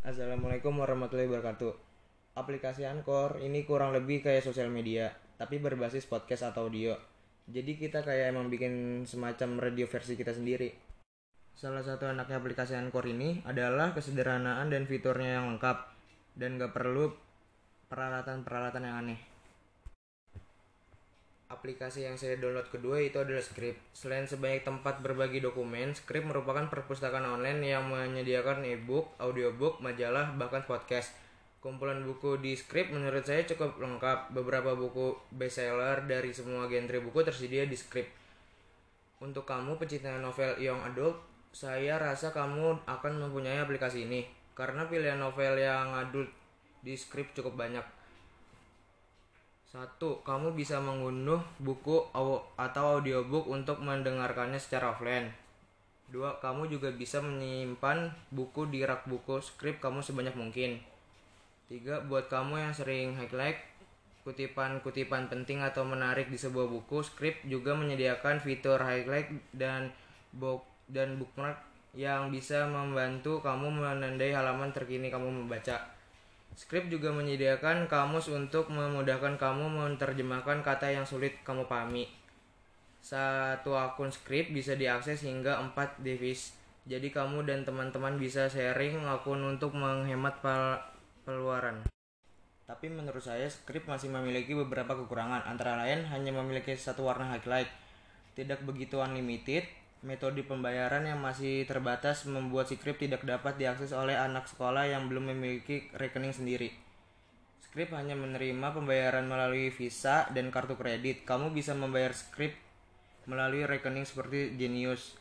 Assalamualaikum warahmatullahi wabarakatuh. Aplikasi Anchor ini kurang lebih kayak sosial media, tapi berbasis podcast atau audio. Jadi kita kayak emang bikin semacam radio versi kita sendiri. Salah satu enaknya aplikasi Anchor ini adalah kesederhanaan dan fiturnya yang lengkap dan gak perlu peralatan-peralatan yang aneh. Aplikasi yang saya download kedua itu adalah Script. Selain sebanyak tempat berbagi dokumen, Script merupakan perpustakaan online yang menyediakan e-book, audiobook, majalah, bahkan podcast. Kumpulan buku di Script menurut saya cukup lengkap. Beberapa buku bestseller dari semua genre buku tersedia di Script. Untuk kamu pecinta novel young adult, saya rasa kamu akan mempunyai aplikasi ini karena pilihan novel yang adult di Script cukup banyak. 1. Kamu bisa mengunduh buku atau audiobook untuk mendengarkannya secara offline. 2. Kamu juga bisa menyimpan buku di rak buku Script kamu sebanyak mungkin. 3. Buat kamu yang sering highlight kutipan-kutipan penting atau menarik di sebuah buku, Script juga menyediakan fitur highlight dan bookmark yang bisa membantu kamu menandai halaman terkini kamu membaca. Script juga menyediakan kamus untuk memudahkan kamu menerjemahkan kata yang sulit kamu pahami. Satu akun Script bisa diakses hingga 4 device. Jadi kamu dan teman-teman bisa sharing akun untuk menghemat pengeluaran. Tapi menurut saya Script masih memiliki beberapa kekurangan. Antara lain hanya memiliki satu warna highlight, tidak begitu unlimited. Metode pembayaran yang masih terbatas membuat Script tidak dapat diakses oleh anak sekolah yang belum memiliki rekening sendiri. Script hanya menerima pembayaran melalui Visa dan kartu kredit. Kamu bisa membayar Script melalui rekening seperti Genius.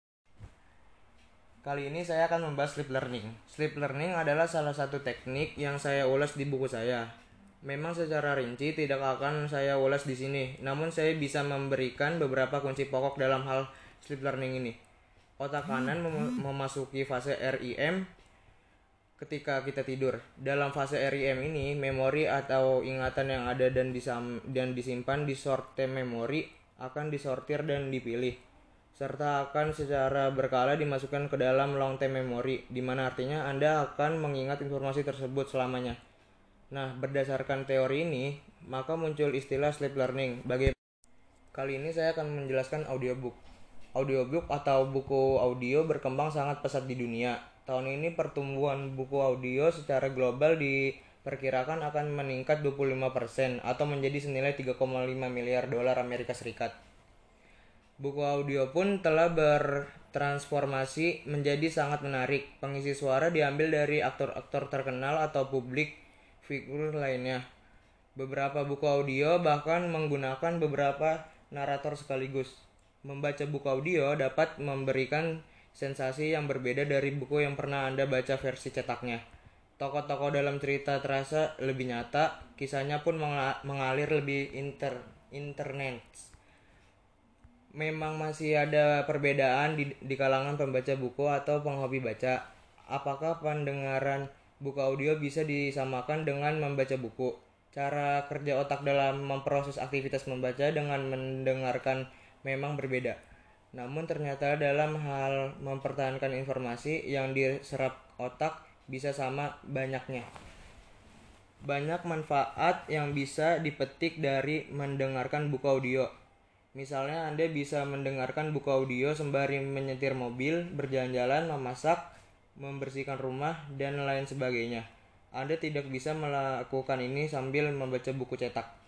Kali ini saya akan membahas sleep learning. Sleep learning adalah salah satu teknik yang saya ulas di buku saya. Memang secara rinci tidak akan saya ulas di sini, namun saya bisa memberikan beberapa kunci pokok dalam hal sleep learning ini. Otak kanan memasuki fase REM ketika kita tidur. Dalam fase REM ini, memori atau ingatan yang ada dan disimpan di short term memory akan disortir dan dipilih, serta akan secara berkala dimasukkan ke dalam long term memory, di mana artinya Anda akan mengingat informasi tersebut selamanya. Nah, berdasarkan teori ini, maka muncul istilah sleep learning. Kali ini saya akan menjelaskan audiobook. Audiobook atau buku audio berkembang sangat pesat di dunia. Tahun ini pertumbuhan buku audio secara global diperkirakan akan meningkat 25% atau menjadi senilai 3,5 miliar dolar Amerika Serikat. Buku audio pun telah bertransformasi menjadi sangat menarik. Pengisi suara diambil dari aktor-aktor terkenal atau publik figur lainnya. Beberapa buku audio bahkan menggunakan beberapa narator sekaligus. Membaca buku audio dapat memberikan sensasi yang berbeda dari buku yang pernah Anda baca versi cetaknya. Tokoh-tokoh dalam cerita terasa lebih nyata, kisahnya pun mengalir lebih internet. Memang masih ada perbedaan di kalangan pembaca buku atau penghobi baca. Apakah pendengaran buku audio bisa disamakan dengan membaca buku? Cara kerja otak dalam memproses aktivitas membaca dengan mendengarkan memang berbeda. Namun ternyata dalam hal mempertahankan informasi yang diserap otak bisa sama banyaknya. Banyak manfaat yang bisa dipetik dari mendengarkan buku audio. Misalnya Anda bisa mendengarkan buku audio sembari menyetir mobil, berjalan-jalan, memasak, membersihkan rumah, dan lain sebagainya. Anda tidak bisa melakukan ini sambil membaca buku cetak.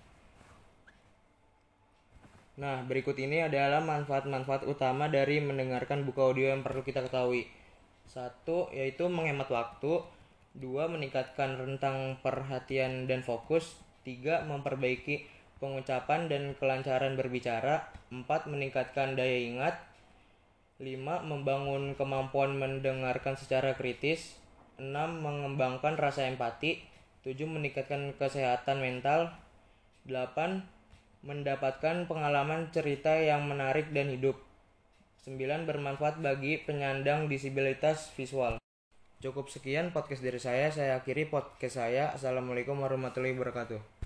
Nah, berikut ini adalah manfaat-manfaat utama dari mendengarkan buku audio yang perlu kita ketahui. 1. Yaitu menghemat waktu. 2. Meningkatkan rentang perhatian dan fokus. 3. Memperbaiki pengucapan dan kelancaran berbicara. 4. Meningkatkan daya ingat. 5. Membangun kemampuan mendengarkan secara kritis. 6. Mengembangkan rasa empati. 7. Meningkatkan kesehatan mental. 8. Mendapatkan pengalaman cerita yang menarik dan hidup. 9. Bermanfaat bagi penyandang disabilitas visual. Cukup sekian podcast dari saya akhiri podcast saya. Assalamualaikum warahmatullahi wabarakatuh.